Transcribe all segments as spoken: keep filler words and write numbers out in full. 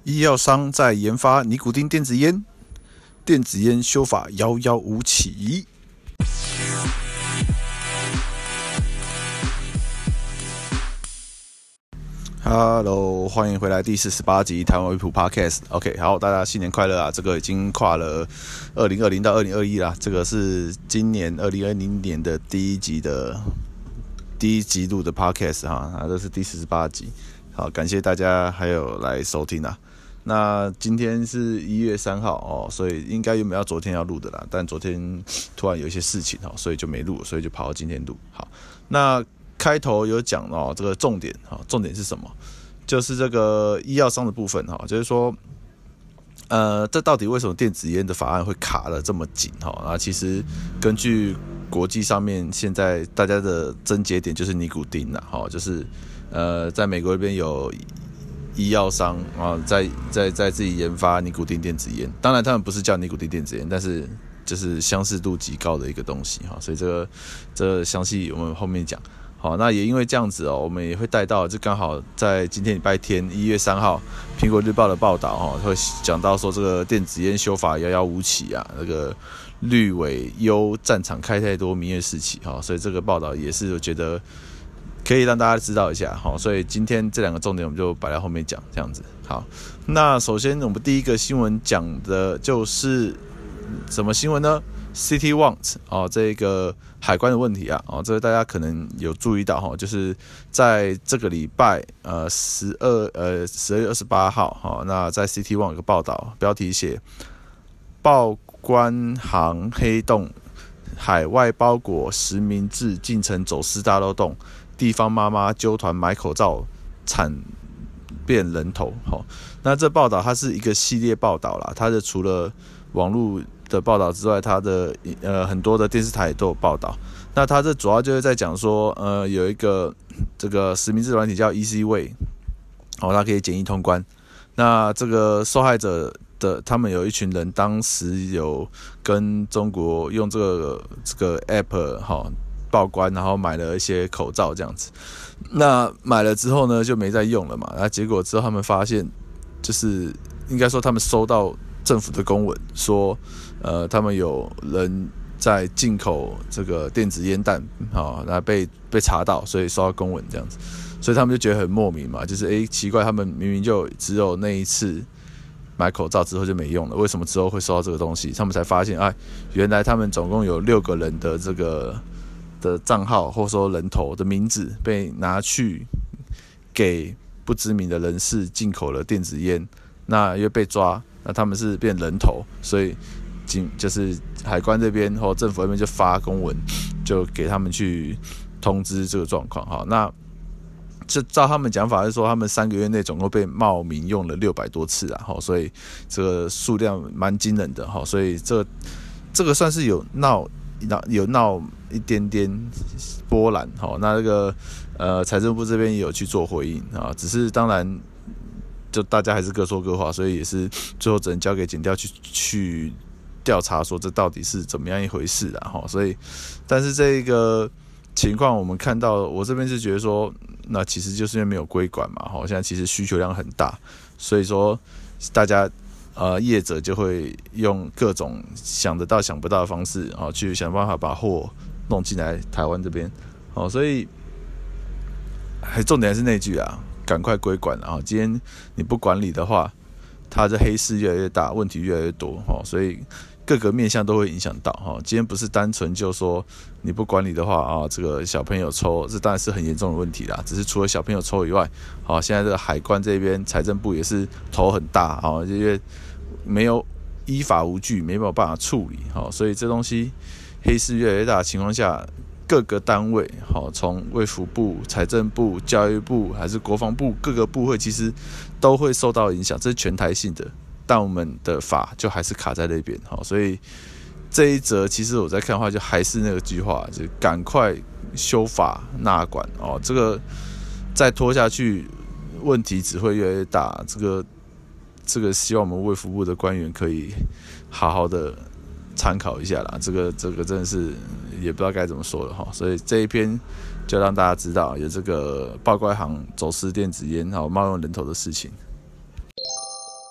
医药商在研发尼古丁电子烟，电子烟修法遥遥无期。Hello， 欢迎回来第四十八集台湾维普 Podcast。OK， 好，大家新年快乐啊！这个已经跨了二零二零到二零二一啦，这个是今年二零二零年的第一集的第一集录的 Podcast 哈，啊，这是第四十八集。好，感谢大家还有来收听啊。那今天是一月三号哦，所以应该原本要昨天要录的啦，但昨天突然有一些事情哦，所以就没录，所以就跑到今天录。好，那开头有讲哦，这个重点哈，重点是什么？就是这个医药商的部分哈，就是说，呃，这到底为什么电子烟的法案会卡得这么紧哈？那其实根据国际上面现在大家的症结点就是尼古丁啦，哈，就是呃，在美国那边有医药商啊，在在在自己研发尼古丁电子烟，当然他们不是叫尼古丁电子烟，但是就是相似度极高的一个东西哈，所以这个这个详细我们后面讲。好，那也因为这样子哦，我们也会带到，就刚好在今天礼拜天一月三号，苹果日报的报道哦，会讲到说这个电子烟修法遥遥无期啊，那个绿委忧战场开太多，民怨四起哈，所以这个报道也是我觉得可以让大家知道一下哈，所以今天这两个重点我们就摆在后面讲，这样子。好，那首先我们第一个新闻讲的就是什么新闻呢？City Want 哦，这个海关的问题啊，哦，这个大家可能有注意到哈，就是在这个礼拜呃十二呃十二月二十八号哈，那在 City Want 有个报道，标题写报关行黑洞，海外包裹实名制进城走私大漏洞，地方妈妈揪团买口罩，惨变人头。好，那这报道它是一个系列报道啦，它的除了网络的报道之外，它的呃很多的电视台也都有报道。那它这主要就是在讲说，呃，有一个这个实名制软体叫 Easy Way， 哦，它可以简易通关。那这个受害者的他们有一群人，当时有跟中国用这个这个 App 哈、哦、报关，然后买了一些口罩这样子。那买了之后呢，就没再用了嘛。那结果之后他们发现，就是应该说他们收到政府的公文说，呃，他们有人在进口这个电子烟弹，好，那被被查到，所以收到公文这样子，所以他们就觉得很莫名嘛，就是哎，奇怪，他们明明就只有那一次买口罩之后就没用了，为什么之后会收到这个东西？他们才发现，哎，原来他们总共有六个人的这个的账号，或者说人头的名字被拿去给不知名的人士进口了电子烟，那又被抓。那他们是变人头，所以警就是海关这边或政府那边就发公文，就给他们去通知这个状况。好，那就照他们讲法是说，他们三个月内总共被冒名用了六百多次啊，好，所以这个数量蛮惊人的哈，所以这这个算是有闹有闹一点点波澜哈。那这个呃财政部这边也有去做回应啊，只是当然。就大家还是各说各话，所以也是最后只能交给检调去去调查，说这到底是怎么样一回事啊？哈，所以，但是这个情况我们看到，我这边是觉得说，那其实就是因为没有规管嘛，哈，现在其实需求量很大，所以说大家呃业者就会用各种想得到想不到的方式啊，去想办法把货弄进来台湾这边，好，所以还重点还是那句啊。赶快归管啊！今天你不管理的话，它的黑市越来越大，问题越来越多，所以各个面向都会影响到。今天不是单纯就说你不管理的话啊，这个小朋友抽，这当然是很严重的问题啦。只是除了小朋友抽以外，好，现在这个海关这边，财政部也是头很大啊，因为没有依法无据，没有办法处理，所以这东西黑市越来越大的情况下。各个单位，好，从卫福部、财政部、教育部还是国防部，各个部会其实都会受到影响，这是全台性的。但我们的法就还是卡在那边，好，所以这一则其实我在看的话，就还是那个句话，就赶快修法纳管哦，这个再拖下去，问题只会越来越大。这个这个，希望我们卫福部的官员可以好好的参考一下啦。这个这个真的是。也不知道该怎么说了哈，所以这一篇就让大家知道有这个报关行走私电子烟、冒用人头的事情。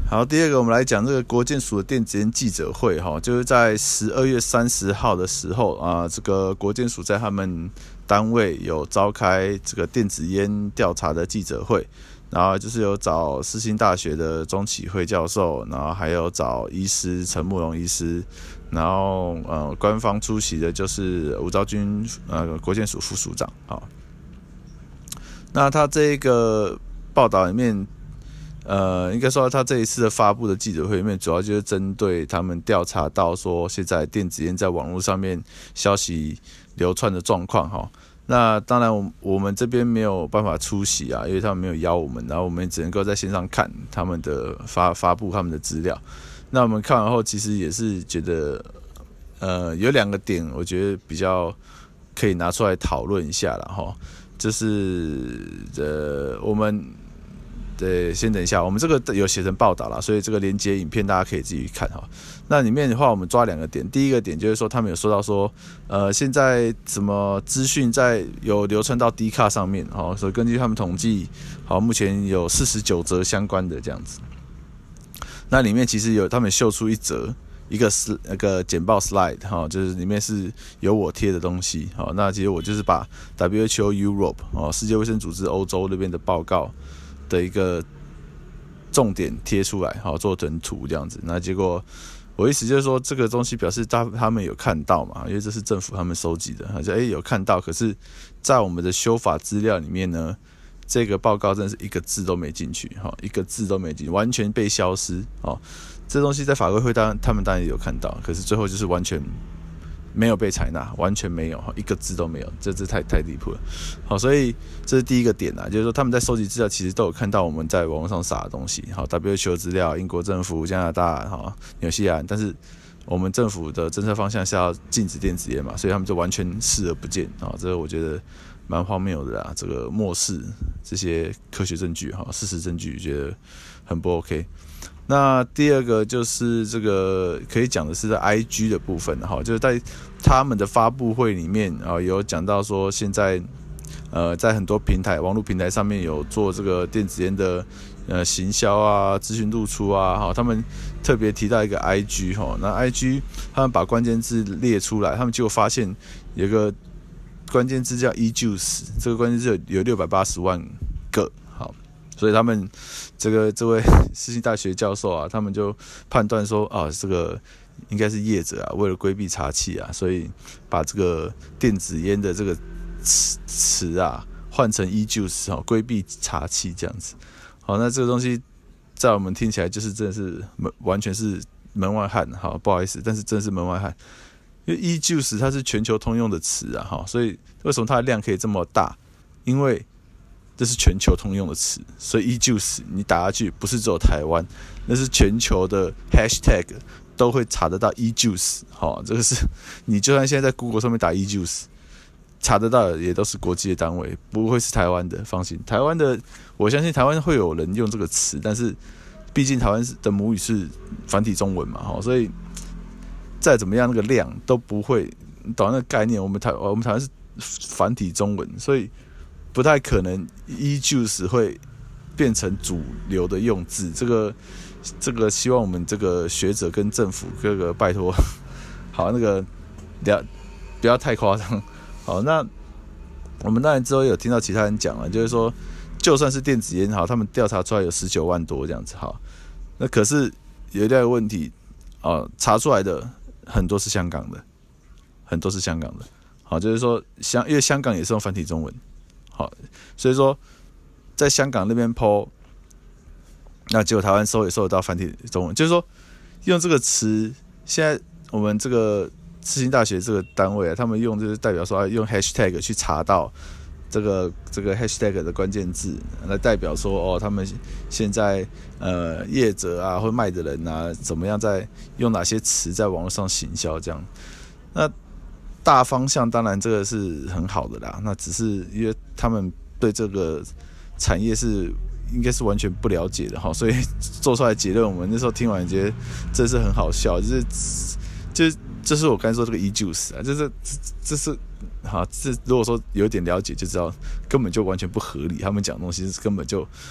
好，第二个我们来讲这个国健署的电子烟记者会哈，就是在十二月三十号的时候啊，这个国健署在他们单位有召开这个电子烟调查的记者会，然后就是有找世新大学的钟启慧教授，然后还有找医师陈慕容医师，然后呃官方出席的就是吴昭君呃国健署副署长啊。那他这个报道里面。呃，应该说他这一次的发布的记者会里面，主要就是针对他们调查到说，现在电子烟在网络上面消息流窜的状况哈。那当然我，我们这边没有办法出席啊，因为他们没有邀我们，然后我们只能够在线上看他们的发发布他们的资料。那我们看完后，其实也是觉得，呃，有两个点，我觉得比较可以拿出来讨论一下啦哈，就是呃，我们。对，先等一下，我们这个有写成报道啦，所以这个连接影片大家可以自己看哈。那里面的话，我们抓两个点，第一个点就是说，他们有说到说，呃，现在什么资讯在有流传到 D 卡上面，哈，所以根据他们统计，好，目前有四十九则相关的这样子。那里面其实有他们秀出一则一个那个简报 slide 哈，就是里面是有我贴的东西，好，那其实我就是把 W H O Europe 哦，世界卫生组织欧洲那边的报告。的一个重点贴出来，好做成图这样子。那结果我意思就是说，这个东西表示他他们有看到嘛，因为这是政府他们收集的，就哎有看到。可是，在我们的修法资料里面呢，这个报告真的是一个字都没进去，哈，一个字都没进去，完全被消失。哦，这东西在法规会当他们当然也有看到，可是最后就是完全。没有被采纳，完全没有，一个字都没有，这这太太离谱了。好，所以这是第一个点啊，就是说他们在收集资料，其实都有看到我们在网络上撒的东西。好 ，W H O 资料、英国政府、加拿大、好纽西兰，但是我们政府的政策方向是要禁止电子烟嘛，所以他们就完全视而不见啊，这个我觉得蛮荒谬的啦。这个漠视这些科学证据、哈事实证据，觉得很不 OK。那第二个就是这个可以讲的是在 I G 的部分哈，就是在他们的发布会里面啊，有讲到说现在呃在很多平台网络平台上面有做这个电子烟的呃行销啊、资讯露出啊，哈，他们特别提到一个 I G 哈，那 I G 他们把关键字列出来，他们结果发现有一个关键字叫 e-juice， 这个关键字有有六百八十万个。所以他们这个这位世新大学教授啊，他们就判断说啊，这个应该是业者啊，为了规避查缉啊，所以把这个电子烟的这个词词啊换成 e-juice 哦，规避查缉这样子。好，那这个东西在我们听起来就是真的是完全是门外汉，好，不好意思，但是真的是门外汉，因为 e-juice 它是全球通用的词啊，哈，所以为什么它的量可以这么大？因为这是全球通用的词，所以 e-juice 你打下去不是只有台湾，那是全球的 hashtag 都会查得到 e-juice， 好，这个是你就算现在在 Google 上面打 e-juice， 查得到的也都是国际的单位，不会是台湾的，放心。台湾的，我相信台湾会有人用这个词，但是毕竟台湾的母语是繁体中文嘛，好，所以再怎么样那个量都不会懂那个概念。我们台我们台湾是繁体中文，所以不太可能 e-juice 会变成主流的用字，这个这个希望我们这个学者跟政府各个拜托，好那个不要太夸张。好，那我们当然之后有听到其他人讲了，就是说就算是电子烟好，他们调查出来有十九万多这样子好，那可是有一个问题哦，查出来的很多是香港的，很多是香港的，好，就是说香因为香港也是用繁体中文。好，所以说在香港那边 po， 那结果台湾收也收得到繁体中文，就是说用这个词，现在我们这个世新大学这个单位啊，他们用就是代表说用 hashtag 去查到这个这个 hashtag 的关键字，来代表说哦，他们现在呃业者啊或卖的人啊，怎么样在用哪些词在网络上行销这样，那。大方向当然这个是很好的啦，那只是因为他们对这个产业是应该是完全不了解的哈，所以做出来的结论，我们那时候听完觉得这是很好笑，就是就就是我刚才说这个 e-juice 啊，就是这是好，这如果说有点了解就知道，根本就完全不合理，他们讲的东西是根本就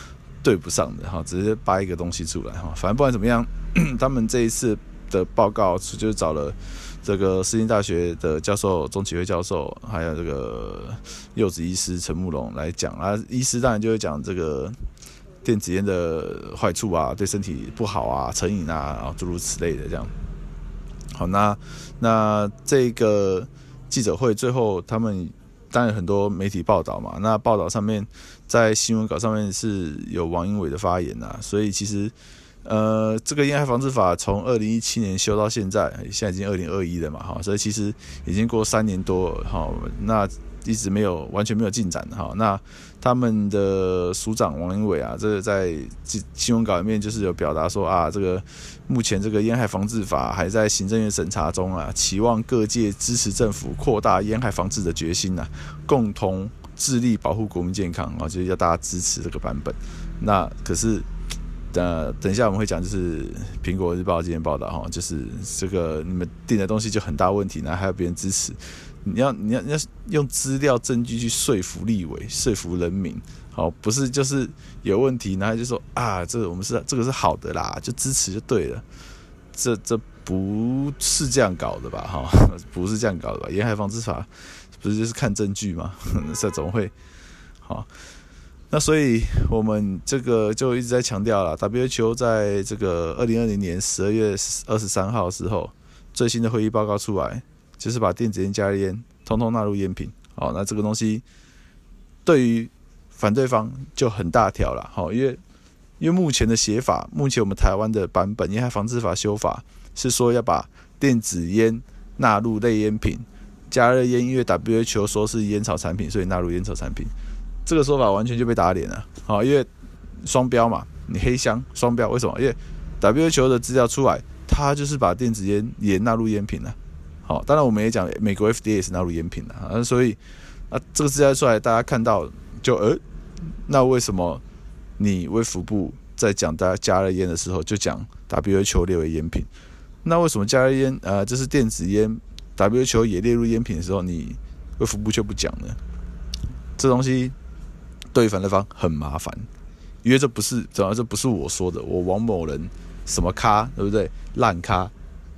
对不上的哈，只是掰一个东西出来哈。反正不管怎么样，他们这一次的报告就是找了这个世新大学的教授钟启辉教授，还有这个柚子医师陈慕容来讲啊。医师当然就会讲这个电子烟的坏处啊，对身体不好啊，成瘾啊，诸如此类的这样。好，那那这个记者会最后他们。当然很多媒体报道嘛，那报道上面在新闻稿上面是有王英伟的发言啊，所以其实呃这个烟害防治法从二零一七年修到现在，现在已经二零二一了嘛，哈，所以其实已经过三年多了，哈，那一直没有完全没有进展，哈，那他们的署长王英伟啊，这个在新闻稿里面就是有表达说啊，这个目前这个烟害防治法还在行政院审查中啊，期望各界支持政府扩大烟害防治的决心啊，共同致力保护国民健康啊，就是要大家支持这个版本。那可是，呃，等一下我们会讲，就是苹果日报今天报道哈，就是这个你们定的东西就很大问题，然后还有别人支持。你要你要你要用资料证据去说服立委，说服人民，好，不是就是有问题，然后就说啊，这个我们是这个是好的啦，就支持就对了，这这不是这样搞的吧？哈，不是这样搞的吧？烟害防治法不是就是看证据吗？这怎么会？好，那所以我们这个就一直在强调了 ，W H O 在这个二零二零年十二月二十三号的时候，最新的会议报告出来。就是把电子烟、加热烟通通纳入烟品，好，那这个东西对于反对方就很大条了，好，因为因为目前的写法，目前我们台湾的版本烟害防治法修法是说要把电子烟纳入类烟品，加热烟因为 W H O 说是烟草产品，所以纳入烟草产品，这个说法完全就被打脸了，好，因为双标嘛，你黑箱双标，为什么？因为 W H O 的资料出来，它就是把电子烟也纳入烟品了。好，当然我们也讲美国 F D A 也是纳入烟品的啊，所以啊这个资料出来，大家看到就呃，那为什么你卫福部在讲大家加热烟的时候就讲 W H O 列为烟品？那为什么加热烟呃就是电子烟 W H O 也列入烟品的时候，你卫福部就不讲呢？这东西对于反对方很麻烦，因为这不是主要这不是我说的，我王某人什么咖对不对？烂咖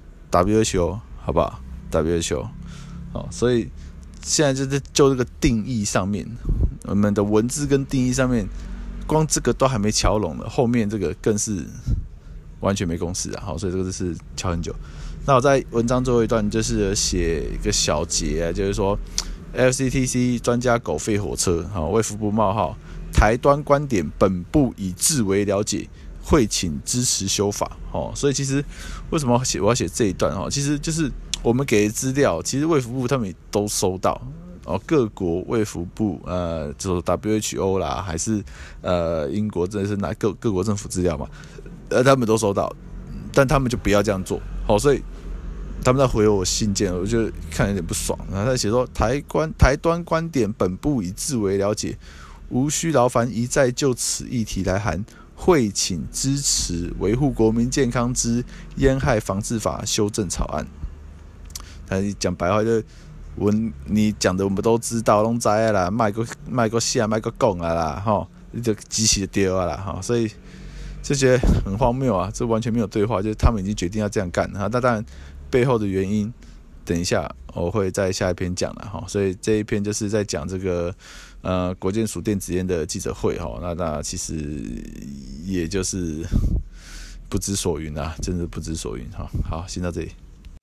W H O 好不好？ W H O， 好，所以现在就是就这个定义上面，我们的文字跟定义上面，光这个都还没敲拢了，后面这个更是完全没共识啊！好，所以这个是敲很久。那我在文章最后一段就是写一个小节，就是说 F C T C 专家狗吠火车，好，卫福部冒号台端观点，本部以至为了解。会请支持修法，哦，所以其实为什么写我要写这一段哦？其实就是我们给的资料，其实卫福部他们也都收到哦，各国卫福部呃，就是 W H O 啦，还是呃英国真的是拿各各国政府资料嘛，呃，他们都收到，但他们就不要这样做，好，所以他们在回我信件，我就看有点不爽，然后他写说台观台端观点，本部以至为了解，无需劳烦一再就此议题来函。会请支持维护国民健康之烟害防治法修正草案。他讲白话就文，你讲的我们都知道，都知道啦，卖个卖个写，卖个讲啊啦，哈，你就机器就丢啊啦，哈，所以就觉得很荒谬啊，这完全没有对话，就是他们已经决定要这样干啊。那当然背后的原因，等一下我会在下一篇讲了哈。所以这一篇就是在讲这个。呃，国健署电子烟的记者会哈，那那其实也就是不知所云啊，真的不知所云哈。好，先到这里。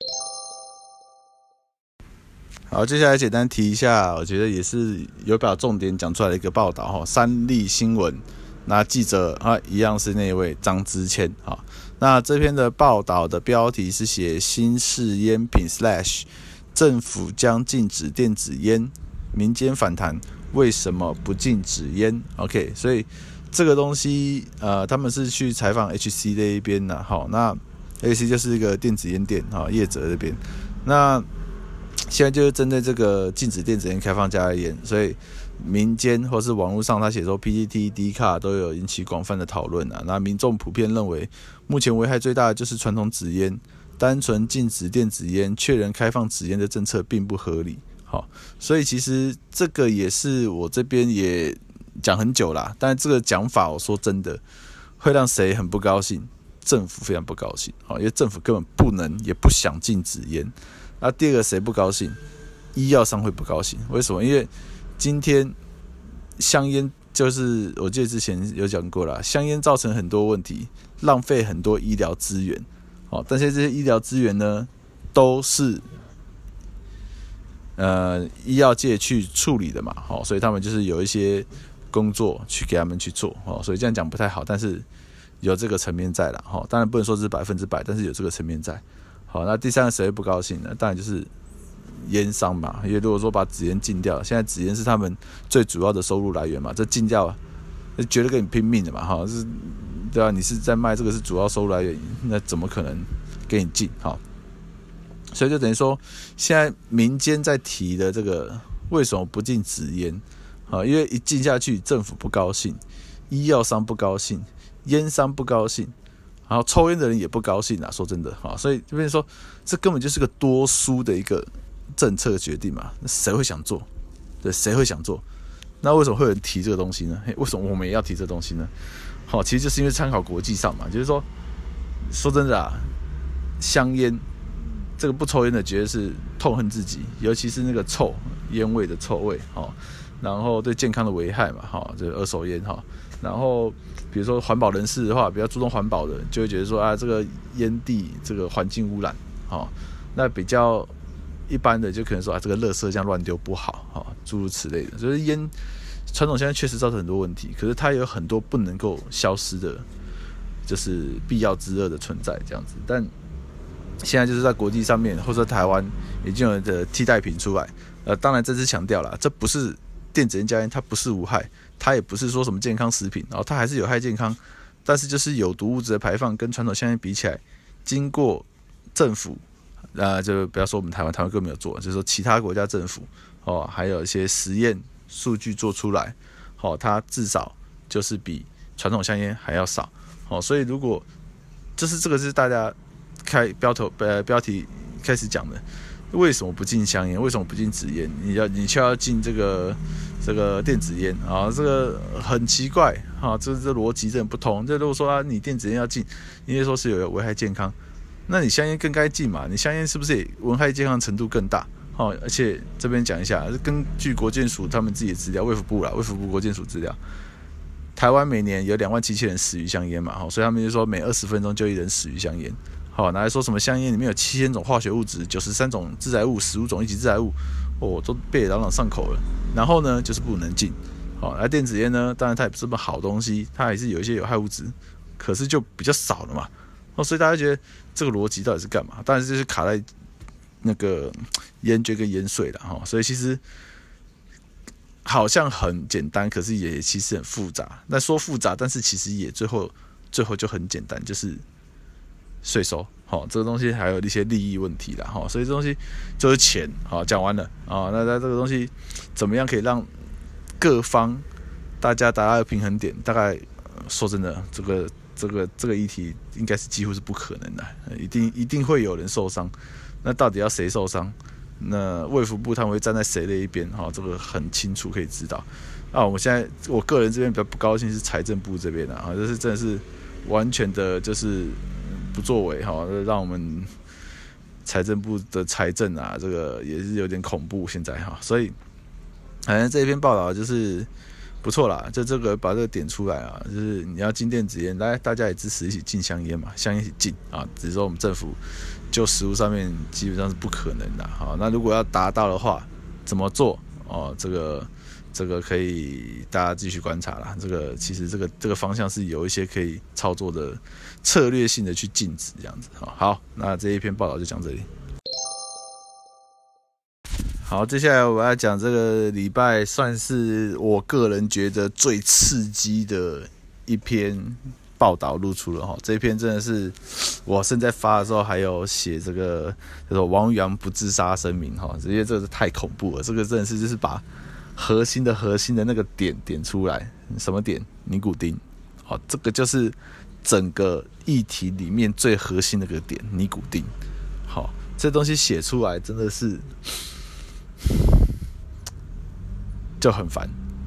好，接下来简单提一下，我觉得也是有把重点讲出来的一个报道哈。三立新闻，那记者啊一样是那位张之谦哈。那这篇的报道的标题是写新式烟品 slash 政府将禁止电子烟，民间反弹。为什么不禁止烟 ？OK， 所以这个东西，呃，他们是去采访 H C 那一边的，好，那 H C 就是一个电子烟店啊，业者这边，那现在就是针对这个禁止电子烟开放加热烟，所以民间或是网络上他写说 P T T、D 卡都有引起广泛的讨论啊，那民众普遍认为，目前危害最大的就是传统纸烟，单纯禁止电子烟，确认开放纸烟的政策并不合理。好，所以其实这个也是我这边也讲很久啦，但是这个讲法我说真的会让谁很不高兴？政府非常不高兴，因为政府根本不能也不想禁止烟。那第二个谁不高兴？医药商会不高兴，为什么？因为今天香烟就是我记得之前有讲过啦，香烟造成很多问题，浪费很多医疗资源，但是这些医疗资源呢，都是呃医药界去处理的嘛，所以他们就是有一些工作去给他们去做，所以这样讲不太好，但是有这个层面在啦，当然不能说是百分之百，但是有这个层面在。好，那第三个谁会不高兴呢？当然就是烟商嘛，因为如果说把纸烟禁掉，现在纸烟是他们最主要的收入来源嘛，这禁掉绝对跟你拼命的嘛，哈，是，对啊，你是在卖这个是主要收入来源，那怎么可能给你禁？好，所以就等于说，现在民间在提的这个为什么不禁纸烟？啊，因为一禁下去，政府不高兴，医药商不高兴。烟商不高兴，然后抽烟的人也不高兴啊！说真的，所以这边说，这根本就是个多输的一个政策决定嘛。那谁会想做？对，谁会想做？那为什么会有人提这个东西呢？为什么我们也要提这个东西呢？好，其实就是因为参考国际上嘛，就是说，说真的啊，香烟这个不抽烟的绝对是痛恨自己，尤其是那个臭烟味的臭味，然后对健康的危害嘛，这个二手烟哈。然后比如说环保人士的话，比较注重环保的，就会觉得说啊，这个烟蒂这个环境污染，哦，那比较一般的就可能说啊，这个垃圾这样乱丢不好，哦，诸如此类的。所以烟传统现在确实造成很多问题，可是它有很多不能够消失的，就是必要之恶的存在这样子。但现在就是在国际上面，或者台湾已经有的替代品出来，呃，当然这次强调了，这不是电子烟加烟，它不是无害。它也不是说什么健康食品，然后它还是有害健康，但是就是有毒物质的排放跟传统香烟比起来，经过政府，呃，就不要说我们台湾，台湾根本没有做，就是说其他国家政府哦，还有一些实验数据做出来，哦，它至少就是比传统香烟还要少，哦，所以如果就是这个是大家开标头呃标题开始讲的。为什么不禁香烟？为什么不禁纸烟？你要你却要禁这个这个电子烟啊？这个很奇怪啊！这这逻辑真的不通。这如果说啊，你电子烟要禁，因为说是有危害健康，那你香烟更该禁嘛？你香烟是不是也危害健康程度更大？哦，而且这边讲一下，根据国健署他们自己的资料，卫福部啦，卫福部国健署资料，台湾每年有两万七千人死于香烟嘛，所以他们就说每二十分钟就一人死于香烟。好，拿来说什么香烟里面有七千种化学物质，九十三种致癌物，十五种一级致癌物，哦，都背朗朗上口了。然后呢，就是不能禁。好，那电子烟呢，当然它也不是这么好东西，它还是有一些有害物质，可是就比较少了嘛。哦，所以大家觉得这个逻辑到底是干嘛？当然就是卡在那个烟卷跟烟税了哈。所以其实好像很简单，可是也其实很复杂。那说复杂，但是其实也最后最后就很简单，就是税收。好，这个东西还有一些利益问题啦，哈，所以这东西就是钱。好，讲完了啊，那那这个东西怎么样可以让各方大家达到平衡点？大概说真的，这个这个这个议题应该是几乎是不可能的，一定一定会有人受伤。那到底要谁受伤？那卫福部他们会站在谁的一边？哈，这个很清楚可以知道。啊，我现在我个人这边比较不高兴是财政部这边的啊，这是真的是完全的就是不作为哈，让我们财政部的财政啊，这个也是有点恐怖现在哈，所以反正这一篇报道就是不错啦，就这个把这个点出来啊，就是你要禁电子烟，来大家也支持一起禁香烟嘛，香烟一起禁啊，只是说我们政府就实务上面基本上是不可能的。好，那如果要达到的话，怎么做哦？这个这个可以大家继续观察啦。这个其实这个这个方向是有一些可以操作的策略性的去禁止这样子。好，那这一篇报道就讲这里。好，接下来我要讲这个礼拜算是我个人觉得最刺激的一篇报道露出了哈。这一篇真的是我现在发的时候还有写这个叫做王阳不自杀声明哈，因为这个是太恐怖了，这个真的是就是把核心的核心的那个点点出来，什么点？尼古丁。好，这个就是整个议题里面最核心的一个点，尼古丁。好，这东西写出来真的是就很烦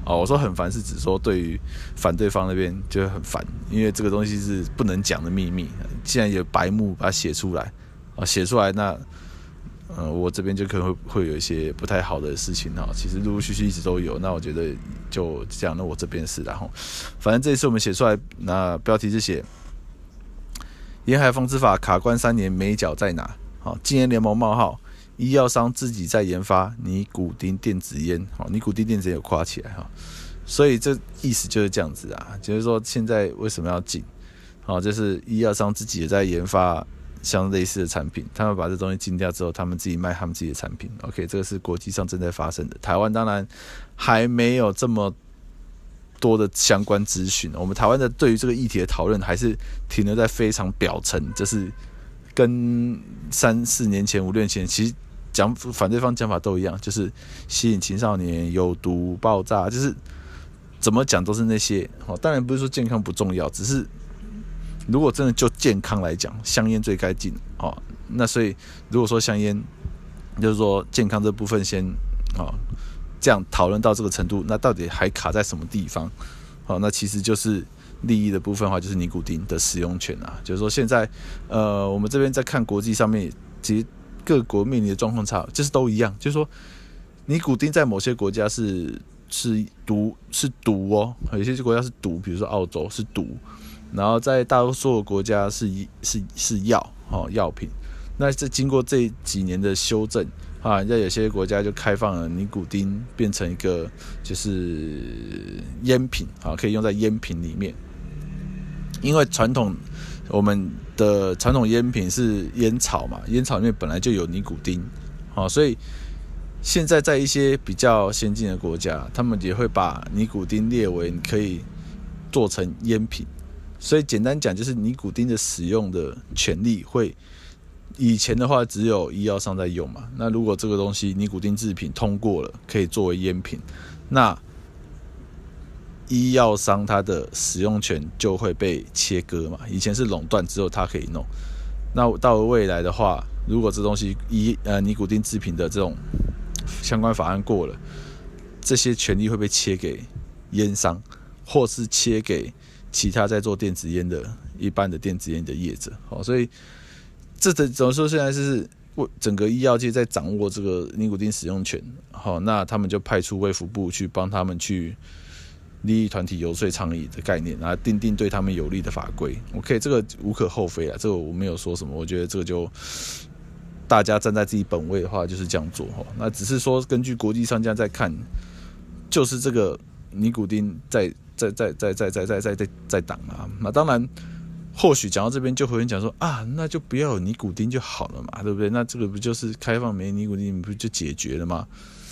哦，我说很烦是指说对于反对方那边就会很烦，因为这个东西是不能讲的秘密，既然有白目把它写出来，啊，写出来那，呃，我这边就可能会会有一些不太好的事情哈。其实陆陆续续一直都有，那我觉得就这样，那我这边是然后，反正这一次我们写出来，那标题是写沿海防治法卡关三年，美角在哪？好，禁烟联盟冒号。医药商自己在研发尼古丁电子烟，尼古丁电子烟有夸起来哈，所以这意思就是这样子啊，就是说现在为什么要禁？好，就是医药商自己也在研发像类似的产品，他们把这东西禁掉之后，他们自己卖他们自己的产品。OK， 这个是国际上正在发生的。台湾当然还没有这么多的相关资讯，我们台湾的对于这个议题的讨论还是停留在非常表层，就是跟三四年前、五六年前其实。讲反对方讲法都一样，就是吸引青少年、有毒、爆炸，就是怎么讲都是那些。当然不是说健康不重要，只是如果真的就健康来讲，香烟最该禁。那所以如果说香烟，就是说健康这部分先这样讨论到这个程度，那到底还卡在什么地方？那其实就是利益的部分的话，就是尼古丁的使用权啊。就是说现在呃，我们这边在看国际上面，其实。各国面临的状况差，就是都一样，就是说，尼古丁在某些国家是是毒是毒哦，有些国家是毒，比如说澳洲是毒，然后在大多数的国家是是是药哦药品。那这经过这几年的修正啊，在有些国家就开放了尼古丁变成一个就是烟品啊，可以用在烟品里面，因为传统。我们的传统烟品是烟草嘛，烟草里面本来就有尼古丁，哦，所以现在在一些比较先进的国家，他们也会把尼古丁列为可以做成烟品。所以简单讲，就是尼古丁的使用的权利会，以前的话只有医药商在用嘛，那如果这个东西尼古丁制品通过了，可以作为烟品，那医药商它的使用权就会被切割嘛，以前是垄断，只有它可以弄。那到了未来的话，如果这东西医呃尼古丁制品的这种相关法案过了，这些权利会被切给烟商，或是切给其他在做电子烟的一般的电子烟的业者。好，所以这怎么说？现在是整个医药界在掌握这个尼古丁使用权。好，那他们就派出卫福部去帮他们去。利益团体游说倡议的概念，然后订定对他们有利的法规。OK， 这个无可厚非啊，这个我没有说什么。我觉得这个就大家站在自己本位的话，就是这样做。那只是说根据国际上这样在看，就是这个尼古丁在在在在在在在在在在挡啊。那当然，或许讲到这边就会有人讲说啊，那就不要有尼古丁就好了嘛，对不对？那这个不就是开放没尼古丁，不就解决了吗？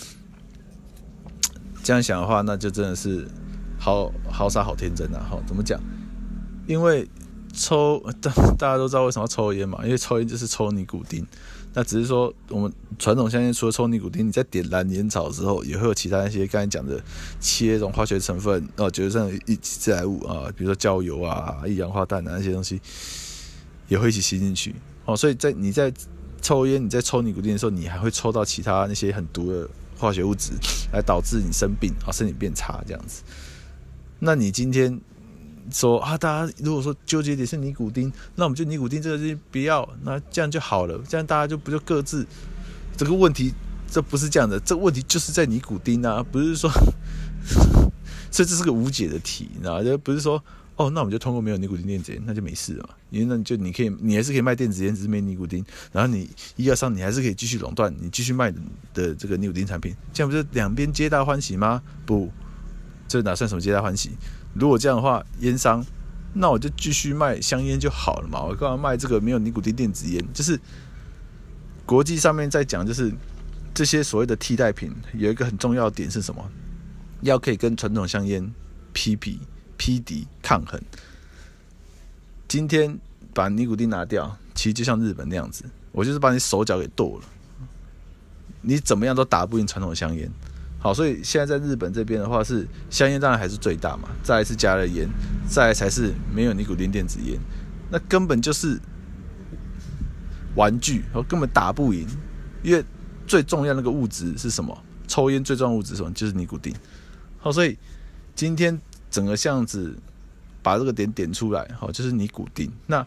这样想的话，那就真的是。好好傻好天真啊！好，怎么讲？因为抽大大家都知道为什么要抽烟嘛，因为抽烟就是抽尼古丁。那只是说我们传统香烟除了抽尼古丁，你在点燃烟草之后，也会有其他一些刚才讲的切这种化学成分哦，就是这种一起致癌物啊，比如说焦油啊、一氧化氮啊那些东西，也会一起吸进去哦。所以在你在抽烟、你在抽尼古丁的时候，你还会抽到其他那些很毒的化学物质，来导致你生病啊，身体变差这样子。那你今天说啊，大家如果说纠结点是尼古丁，那我们就尼古丁这个东西不要，那这样就好了，这样大家就不就各自这个问题，这不是这样的，这个问题就是在尼古丁啊，不是说，所以这是个无解的题，你知道吗？就不是说哦，那我们就通过没有尼古丁电子烟，那就没事了嘛，因为那就你可以，你还是可以卖电子烟，只是没尼古丁，然后你医药商你还是可以继续垄断，你继续卖 的, 的这个尼古丁产品，这样不是两边皆大欢喜吗？不。这哪算什么皆大欢喜？如果这样的话，烟商，那我就继续卖香烟就好了嘛。我干嘛卖这个没有尼古丁电子烟？就是国际上面在讲，就是这些所谓的替代品，有一个很重要的点是什么？要可以跟传统香烟匹比、匹敌、抗衡。今天把尼古丁拿掉，其实就像日本那样子，我就是把你手脚给剁了，你怎么样都打不赢传统香烟。好，所以现在在日本这边的话，是香烟当然还是最大嘛，再来是加热烟，再来才是没有尼古丁电子烟，那根本就是玩具，根本打不赢，因为最重要的那个物质是什么？抽烟最重要的物质是什么？就是尼古丁。 好，所以今天整个这样子把这个点点出来，好，就是尼古丁。那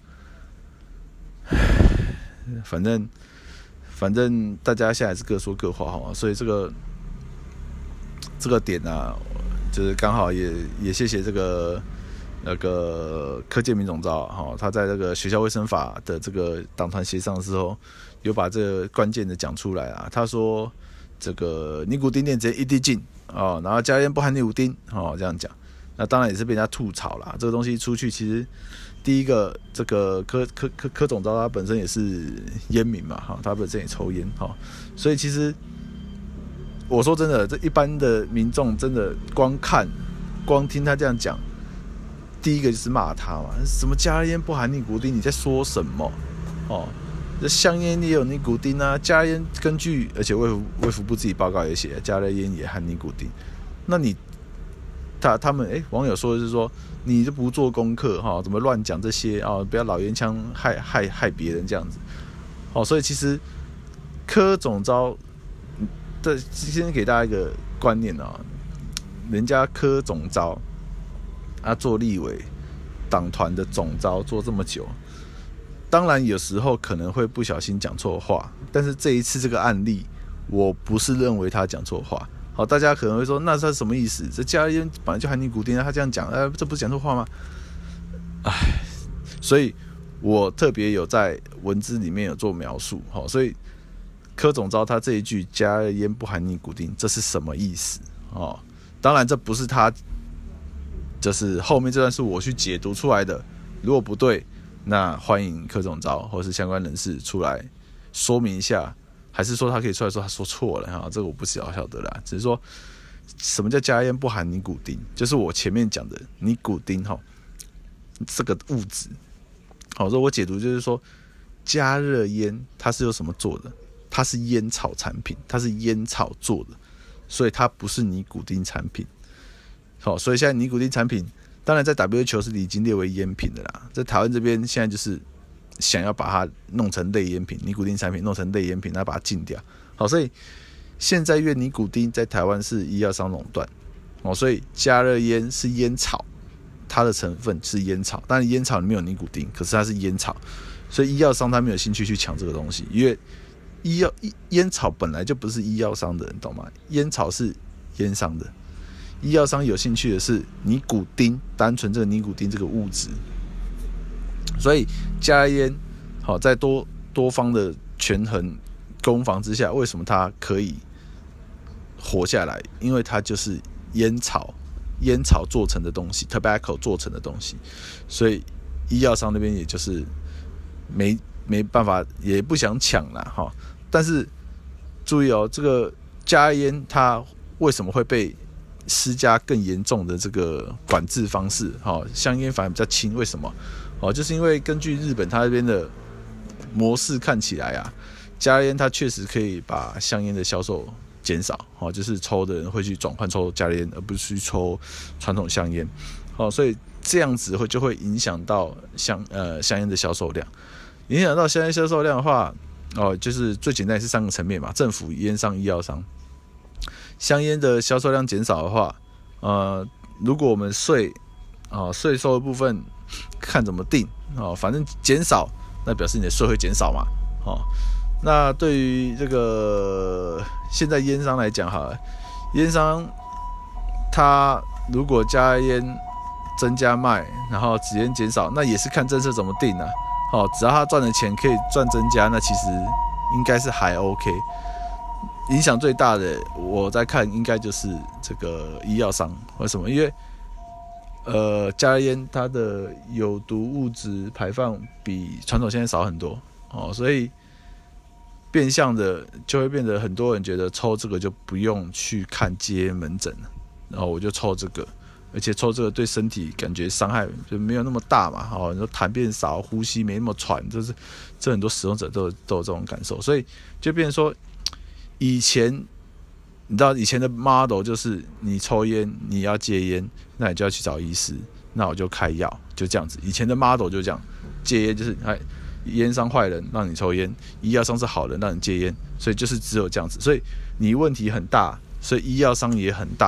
反正反正大家现在是各说各话哈，所以这个这个点啊，就是刚好也也谢谢这个那个柯建铭总召哈，他在这个学校卫生法的这个党团协商的时候，有把这个关键的讲出来啊。他说这个尼古丁链直接一滴进哦，然后加烟不含尼古丁哦，这样讲。那当然也是被人家吐槽啦。这个东西出去，其实第一个这个柯柯柯柯总召他本身也是烟民嘛，哈，他本身也抽烟哈，所以其实我说真的，这一般的民众真的光看光听他这样讲，第一个就是骂他嘛，什么加烟不含尼古丁，你在说什么？哦，这香烟也有尼古丁啊，加烟根据而且卫福卫福部自己报告也写，加热烟也含尼古丁，那你。他他们哎，网友说的是说，你就不做功课哈，怎么乱讲这些啊？不要老烟枪害害害别人这样子，好，所以其实柯总召的先给大家一个观念啊，人家柯总召啊做立委党团的总召做这么久，当然有时候可能会不小心讲错话，但是这一次这个案例，我不是认为他讲错话。好，大家可能会说，那这什么意思？这加烟本来就含尼古丁啊，他这样讲，呃，这不是讲错话吗？唉，所以我特别有在文字里面有做描述，好，所以柯总召他这一句加烟不含尼古丁，这是什么意思？哦，当然这不是他，就是后面这段是我去解读出来的，如果不对，那欢迎柯总召或是相关人士出来说明一下。还是说他可以出来说他说错了哈，这个我不晓晓得啦。只是说什么叫加烟不含尼古丁，就是我前面讲的尼古丁哈，这个物质。好，所以我解读就是说，加热烟它是由什么做的？它是烟草产品，它是烟草做的，所以它不是尼古丁产品。好，所以现在尼古丁产品，当然在 W H O 是已经列为烟品的啦，在台湾这边现在就是。想要把它弄成类烟品，尼古丁产品弄成类烟品，然后把它禁掉。好，所以现在因为尼古丁在台湾是医药商垄断，哦，所以加热烟是烟草，它的成分是烟草，当然烟草里面有尼古丁，可是它是烟草，所以医药商他没有兴趣去抢这个东西，因为医药烟草本来就不是医药商的人，懂吗？烟草是烟商的，医药商有兴趣的是尼古丁，单纯这个尼古丁这个物质。所以加烟，好，在多多方的权衡攻防之下，为什么它可以活下来？因为它就是烟草，烟草做成的东西 ，tobacco 做成的东西，所以医药商那边也就是没没办法，也不想抢啦，哈。但是注意哦，这个加烟它为什么会被施加更严重的这个管制方式？哈，香烟反而比较轻，为什么？哦，就是因为根据日本他那边的模式看起来啊，加烟它确实可以把香烟的销售减少，哦，就是抽的人会去转换抽加烟，而不是去抽传统香烟，哦，所以这样子会就会影响到香呃香烟的销售量，影响到香烟销售量的话，哦，就是最简单也是三个层面嘛，政府、烟商、医药商。香烟的销售量减少的话，呃，如果我们税啊税收的部分。看怎么定哦，反正减少，那表示你的税会减少嘛，哦，那对于这个现在烟商来讲哈，烟商他如果加烟增加卖，然后纸烟减少，那也是看政策怎么定啊，哦，只要他赚的钱可以赚增加，那其实应该是还 OK。影响最大的，我在看应该就是这个医药商，为什么？因为呃，加热烟它的有毒物质排放比传统香烟少很多哦，所以变相的就会变得很多人觉得抽这个就不用去看接门诊了，然后我就抽这个，而且抽这个对身体感觉伤害就没有那么大嘛，哦，你说痰变少，呼吸没那么喘，就是这很多使用者都有都有这种感受，所以就变成说，以前。你知道以前的 model 就是你抽烟，你要戒烟，那你就要去找医师，那我就开药，就这样子。以前的 model 就这样，戒烟就是哎，烟商坏人让你抽烟，医药商是好人让你戒烟，所以就是只有这样子。所以你问题很大，所以医药商也很大，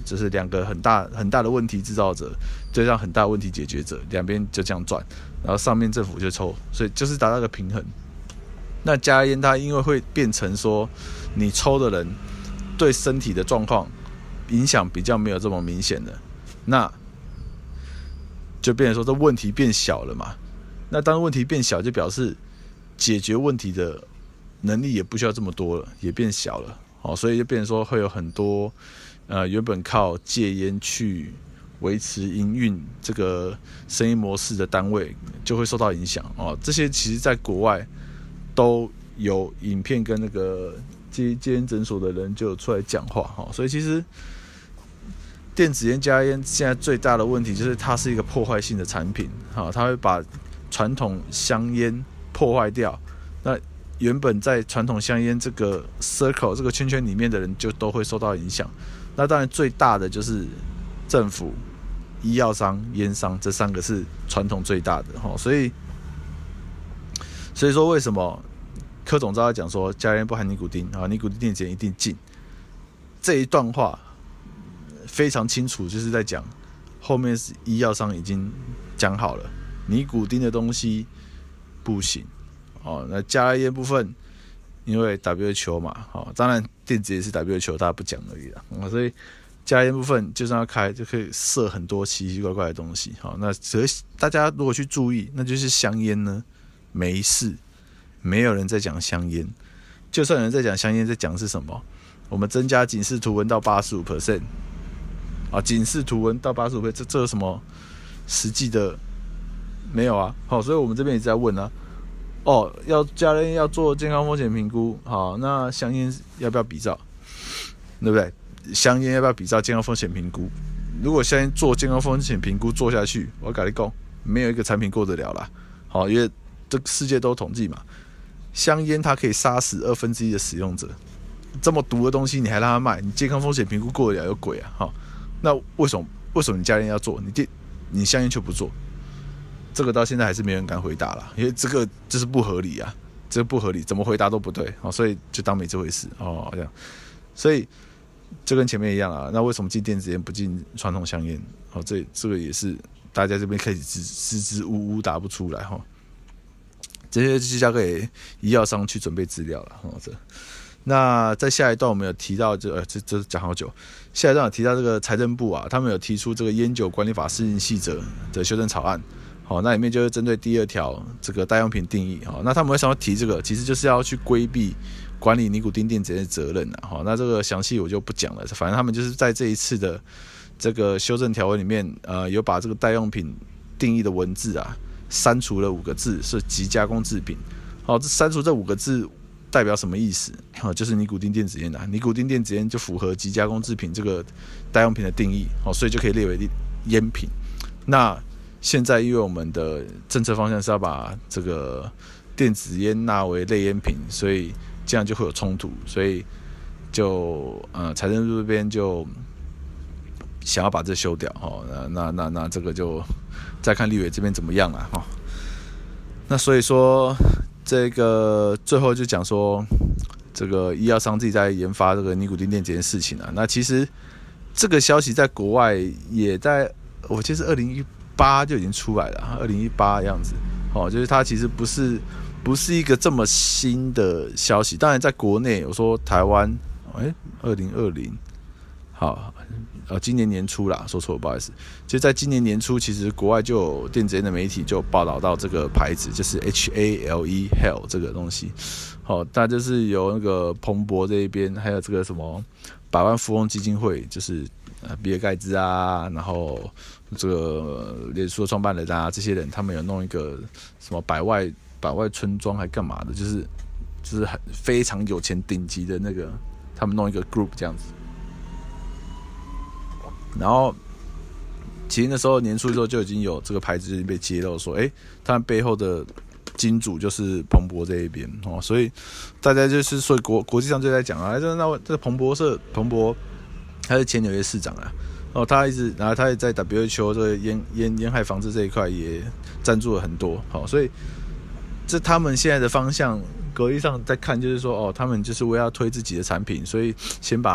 就是两个很大很大的问题制造者对上很大的问题解决者，两边就这样转，然后上面政府就抽，所以就是达到一个平衡。那加烟它因为会变成说，你抽的人对身体的状况影响比较没有这么明显的，那就变成说这问题变小了嘛。那当问题变小，就表示解决问题的能力也不需要这么多了，也变小了。哦，所以就变成说会有很多呃原本靠戒烟去维持营运这个生意模式的单位就会受到影响哦。这些其实在国外都有影片跟那个戒戒烟诊所的人就有出来讲话哈、哦。所以其实电子烟加烟现在最大的问题就是它是一个破坏性的产品，哈、哦，它会把传统香烟破坏掉。那原本在传统香烟这个 circle 这个圈圈里面的人就都会受到影响。那当然最大的就是政府、医药商、烟商，这三个是传统最大的。所以所以说为什么柯总召在讲说加烟不含尼古丁啊，尼古丁电子烟一定禁，这一段话非常清楚，就是在讲后面是医药商已经讲好了，尼古丁的东西不行。哦，那加烟部分，因为 W H O 嘛，哦，当然电子也是 W H O， 大家不讲而已啦。哦、所以加烟部分就算要开，就可以设很多奇奇怪怪的东西。好、哦，那只是大家如果去注意，那就是香烟呢，没事，没有人在讲香烟。就算有人在讲香烟，在讲是什么？我们增加警示图文到 百分之八十五 啊，警示图文到 百分之八十五， 这这有什么实际的？没有啊。好、哦，所以我们这边也在问啊。哦，要家人要做健康风险评估，好，那香烟要不要比照？对不对？香烟要不要比照健康风险评估？如果香烟做健康风险评估做下去，我跟你讲，没有一个产品过得了啦。好，因为这个世界都统计嘛，香烟它可以杀死二分之一的使用者，这么毒的东西你还让它卖，你健康风险评估过得了有鬼啊！好，那为什么为什么你家人要做，你电你香烟却不做？这个到现在还是没人敢回答啦，因为这个就是不合理啊，这个不合理，怎么回答都不对，哦、所以就当没这回事哦，这样，所以就跟前面一样啊。那为什么禁电子烟不禁传统香烟？哦，这这个也是大家这边开始支支支吾吾答不出来哈、哦。这些就交给医药商去准备资料了哦。这那在下一段我们有提到这呃这这讲好久，下一段有提到这个财政部啊，他们有提出这个烟酒管理法施行细则的修正草案。好，那里面就是针对第二条这个代用品定义。好，那他们为什么要提这个？其实就是要去规避管理尼古丁电子烟的责任啊。好，那这个详细我就不讲了，反正他们就是在这一次的这个修正条文里面，呃，有把这个代用品定义的文字啊删除了五个字，是即加工制品。好，这删除这五个字代表什么意思？好，就是尼古丁电子烟啊，尼古丁电子烟就符合即加工制品这个代用品的定义，好，所以就可以列为烟品。那现在因为我们的政策方向是要把这个电子烟纳为类烟品，所以这样就会有冲突，所以就呃财政部这边就想要把这修掉哦。那那那那这个就再看立委这边怎么样啦哈。那所以说这个最后就讲说，这个医药商自己在研发这个尼古丁电子烟事情啊。那其实这个消息在国外也在，我记得是二零一八就已经出来了，二零一八样子，哦，就是它其实不是不是一个这么新的消息。当然，在国内，我说台湾，哎，二零二零，好，呃，今年年初啦，说错了，不好意思。就在今年年初，其实国外就有电子烟的媒体就报道到这个牌子，就是 H A L E Hell 这个东西，好，它就是由那个彭博这一边，还有这个什么百万富翁基金会，就是呃比尔盖茨啊，然后这个脸书的创办人啊，这些人他们有弄一个什么百万百万村庄还干嘛的，就是就是很非常有钱顶级的那个，他们弄一个 group 这样子。然后其实那时候年初的时候就已经有这个牌子被揭露说，哎，他们背后的金主就是彭博这一边哦，所以大家就是所以国国际上就在讲啊，这那这彭博社彭博他是前纽约市长啊。哦，他一直，然后他也在 W H O 这个烟烟烟害防治这一块也赞助了很多，好，所以这他们现在的方向，国际上在看就是说，哦，他们就是为了要推自己的产品，所以先把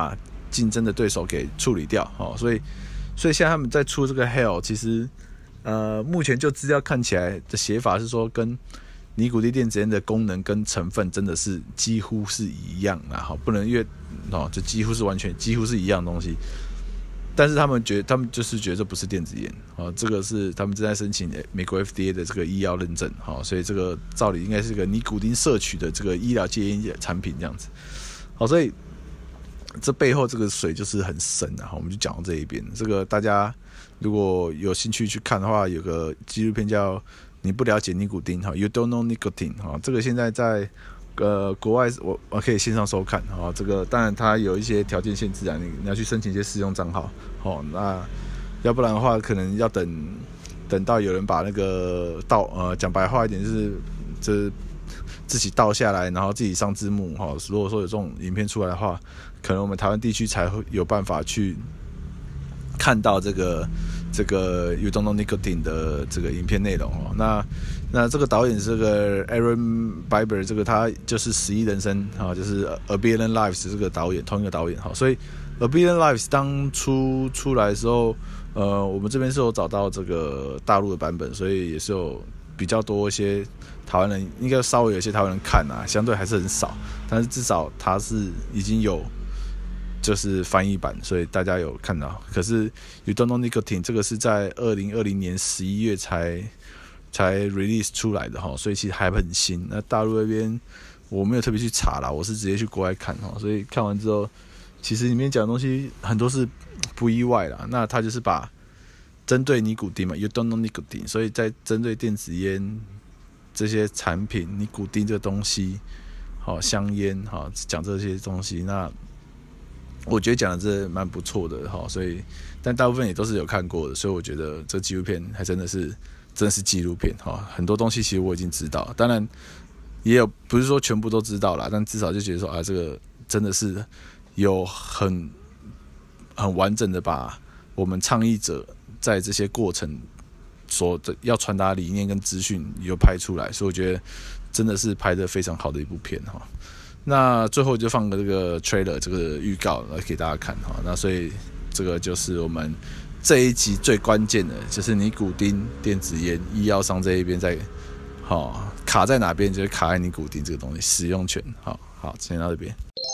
竞争的对手给处理掉，哦，所以所以现在他们在出这个 Hell， 其实呃目前就资料看起来的写法是说，跟尼古丁电子烟的功能跟成分真的是几乎是一样啦，好，不能越哦，就几乎是完全几乎是一样的东西。但是他们觉得，他们就是觉得这不是电子烟，哦，这个是他们正在申请美国 F D A 的这个医药认证，好，所以这个照理应该是个尼古丁摄取的这个医疗戒烟产品这样子，好，所以这背后这个水就是很深啊，我们就讲到这一边。这个大家如果有兴趣去看的话，有个纪录片叫《你不了解尼古丁》哈 ，You Don't Know Nicotine 哈，这个现在在。呃，国外我我可以线上收看哦。这个当然它有一些条件限制啊，你你要去申请一些试用账号哦。那要不然的话，可能要等等到有人把那个盗呃讲白话一点，就是就是自己盗下来，然后自己上字幕哈。如果说有这种影片出来的话，可能我们台湾地区才会有办法去看到这个这个 You Don't Know Nicotine 的这个影片内容哦。那那这个导演是这个 Aaron Bieber， 这个他就是《十亿人生》啊，就是 A Billion Lives 这个导演，同一个导演哈。所以 A Billion Lives 当初出来的时候，呃，我们这边是有找到这个大陆的版本，所以也是有比较多一些台湾人，应该稍微有一些台湾人看啊，相对还是很少，但是至少他是已经有就是翻译版，所以大家有看到。可是 You Don't Know Nicotine 这个是在二零二零年十一月才。才 release 出来的哈，所以其实还很新。那大陆那边我没有特别去查啦，我是直接去国外看哈，所以看完之后，其实里面讲的东西很多是不意外啦。那他就是把针对尼古丁嘛 ，You don't know nicotine， 所以在针对电子烟这些产品，尼古丁这个东西，好香烟哈，讲这些东西，那我觉得讲的这蛮不错的哈，所以但大部分也都是有看过的，所以我觉得这纪录片还真的是。真的是纪录片哈，很多东西其实我已经知道，当然也有不是说全部都知道啦，但至少就觉得说啊，这个真的是有很很完整的把我们倡议者在这些过程所要传达理念跟资讯有拍出来，所以我觉得真的是拍得非常好的一部片哈。那最后就放个这个 trailer 这个预告来给大家看哈。那所以这个就是我们。这一集最关键的就是尼古丁电子烟医药商这一边在，好、哦、卡在哪边，就是卡在尼古丁这个东西使用权。好好，先到这边。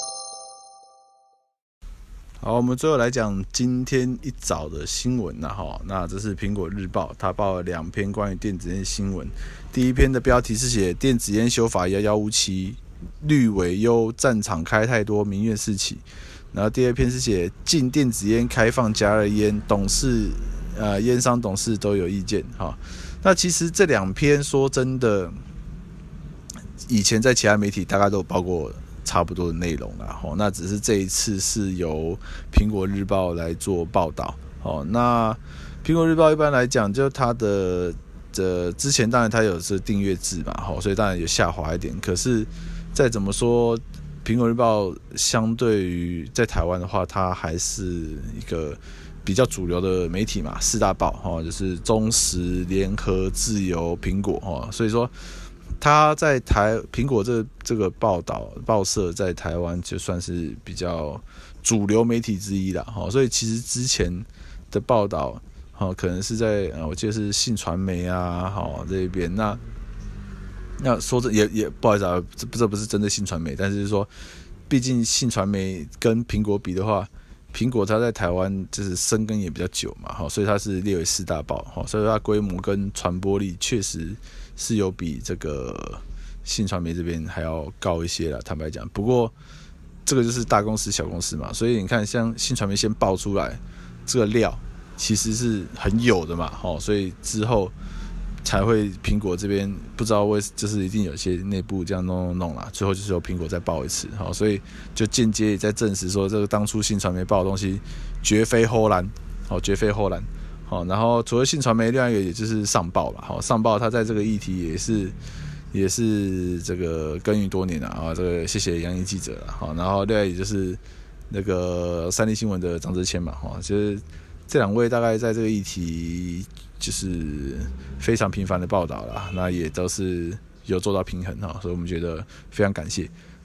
好，我们最后来讲今天一早的新闻啦哈。那这是苹果日报，它报了两篇关于电子烟新闻。第一篇的标题是写电子烟修法遥遥无期，绿委忧战场开太多，民怨四起。然后第二篇是写禁电子烟开放加热烟，董事呃烟商董事都有意见哈。那其实这两篇说真的，以前在其他媒体大概都有报过差不多的内容啦。哈，那只是这一次是由苹果日报来做报道。哦，那苹果日报一般来讲，就它的的之前当然它有是订阅制嘛，哈，所以当然有下滑一点。可是再怎么说。苹果日报相对于在台湾的话，它还是一个比较主流的媒体嘛，四大报哈，就是中时、联合、自由、苹果哈，所以说它在台苹果这这个报道报社在台湾就算是比较主流媒体之一啦哈，所以其实之前的报道哈，可能是在我记得是信传媒啊哈这一边那。那说这也也不好意思啊，这这不是针对信传媒，但是说，毕竟信传媒跟苹果比的话，苹果它在台湾就是生根也比较久嘛，哈，所以它是列为四大报，哈，所以它规模跟传播力确实是有比这个信传媒这边还要高一些啦，坦白讲。不过这个就是大公司小公司嘛，所以你看像信传媒先爆出来这个料，其实是很有的嘛，哈，所以之后。才会苹果这边不知道为就是一定有些内部这样弄弄弄啦，最后就是由苹果再报一次，好，所以就间接也在证实说这个当初信传媒报的东西绝非唬烂，好，绝非唬烂，好，然后除了信传媒，另外一个也就是上报啦，好，上报它在这个议题也是也是这个耕耘多年了啊，这个谢谢杨毅记者了，好，然后另外也就是那个三立新闻的张哲谦嘛，哈，就是这两位大概在这个议题。就是非常频繁的报道啦，那也都是有做到平衡哈，所以我们觉得非常感谢。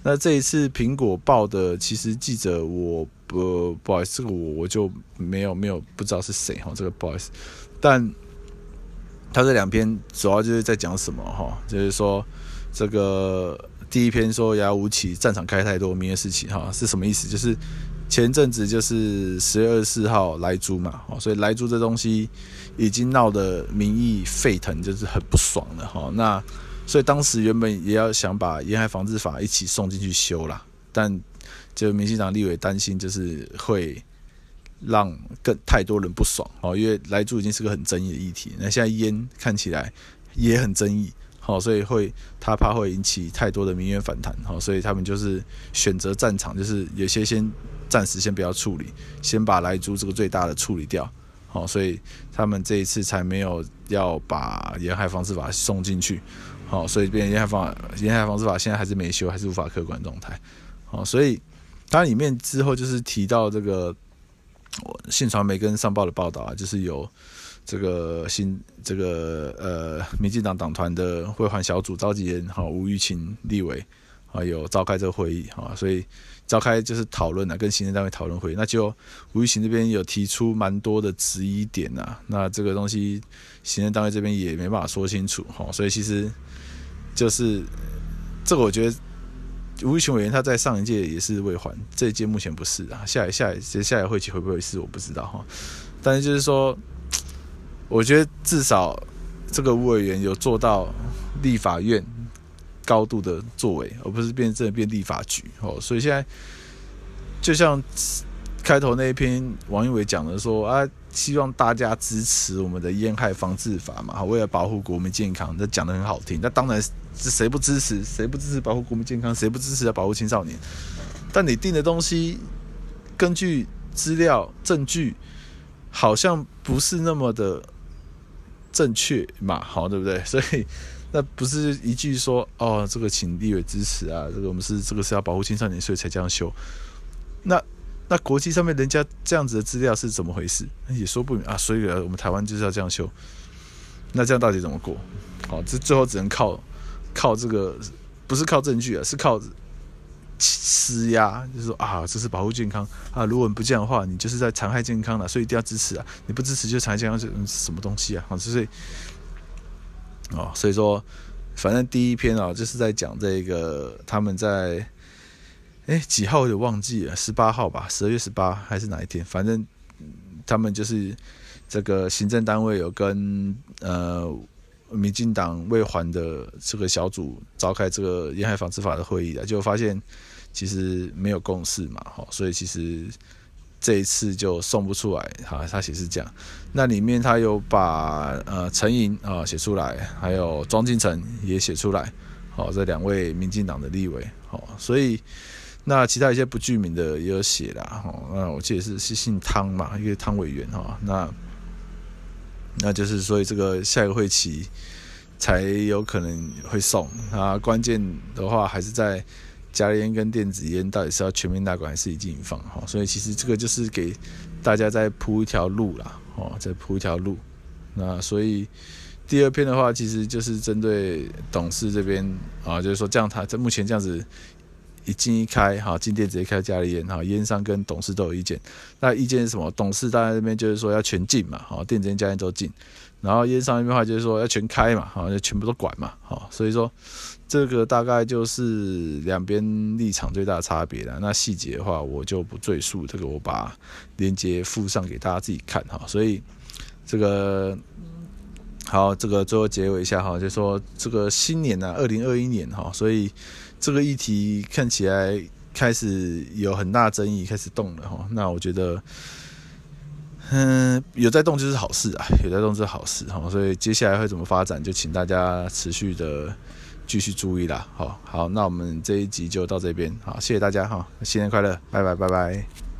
那这一次苹果报的，其实记者我不不好意思，这个我我就没有没有不知道是谁哈，这个不好意思。但他这两篇主要就是在讲什么哈，就是说这个第一篇说遥遥无期，战场开太多，民乐事情哈是什么意思？就是前阵子就是十月二十四号莱猪嘛，所以莱猪这东西已经闹得民意沸腾，就是很不爽了哈。那所以当时原本也要想把沿海防治法一起送进去修啦，但就民进党立委担心就是会让更太多人不爽哦，因为莱猪已经是个很争议的议题，那现在烟看起来也很争议，好，所以会他怕会引起太多的民怨反弹，好，所以他们就是选择战场，就是有些先暂时先不要处理，先把莱猪这个最大的处理掉，好，所以他们这一次才没有要把沿海防治法送进去。好，所以变成沿海防沿海防治法现在还是没修，还是无法客观状态。好，所以它里面之后就是提到这个信传媒跟上报的报道啊，就是有这个新这个呃民进党党团的会环小组召集人哈吴玉琴立委啊有召开这个会议啊，所以召开就是讨论啊，跟行政单位讨论会议，那就吴玉琴这边有提出蛮多的质疑点啊，那这个东西行政单位这边也没办法说清楚哈，所以其实。就是这个，我觉得吴玉琴委员他在上一届也是未还，这一届目前不是啊。下一下一下一会期会不会是我不知道哈。但是就是说，我觉得至少这个吴委员有做到立法院高度的作为，而不是变真的变立法局哦。所以现在就像开头那一篇王英伟讲的说啊，希望大家支持我们的烟害防治法嘛，为了保护国民健康，这讲得很好听。那当然是谁不支持？谁不支持保护国民健康？谁不支持要保护青少年？但你定的东西，根据资料证据，好像不是那么的正确嘛，好，对不对？所以那不是一句说哦，这个请立委支持啊，这个我们是这个是要保护青少年，所以才这样修。那那国际上面人家这样子的资料是怎么回事？也说不明啊。所以我们台湾就是要这样修，那这样到底怎么过？好，这最后只能靠靠这个，不是靠证据啊，是靠施压，就是说啊，这是保护健康啊。如果你不这样的话，你就是在残害健康了，所以一定要支持啊。你不支持就残害健康，是什么东西啊？好，所以哦，所以说，反正第一篇啊，就是在讲这个他们在。哎，几号我有忘记了，十八号吧，十二月十八还是哪一天？反正他们就是这个行政单位有跟呃民进党未还的这个小组召开这个沿海防治法的会议的，就发现其实没有共识嘛，所以其实这一次就送不出来。哈，他写是这样，那里面他有把呃陈莹啊写出来，还有庄敬诚也写出来，好，这两位民进党的立委，好，所以。那其他一些不具名的也有写啦，那我记得是是姓汤嘛，一个汤委员哈，那那就是所以这个下一个会期才有可能会送啊，关键的话还是在加热烟跟电子烟到底是要全面纳管还是一禁放哈，所以其实这个就是给大家再铺一条路啦，哦，再铺一条路。那所以第二篇的话，其实就是针对董事这边啊，就是说这样他在目前这样子。一禁一开，哈，禁电直接开加热烟，哈，烟商跟董事都有意见。那意见是什么？董事大家这边就是说要全禁嘛，哈，电子烟、加热烟都禁。然后烟商那边的话就是说要全开嘛，哈，就全部都管嘛，哈。所以说这个大概就是两边立场最大的差别了。那细节的话我就不赘述，这个我把链接附上给大家自己看，哈。所以这个好，这个最后结尾一下哈，就是说这个新年啊，二零二一年哈，所以。这个议题看起来开始有很大争议，开始动了哈。那我觉得，嗯，有在动就是好事啊，有在动就是好事哈。所以接下来会怎么发展，就请大家持续的继续注意啦。好，好，那我们这一集就到这边，好，谢谢大家哈，新年快乐，拜拜，拜拜。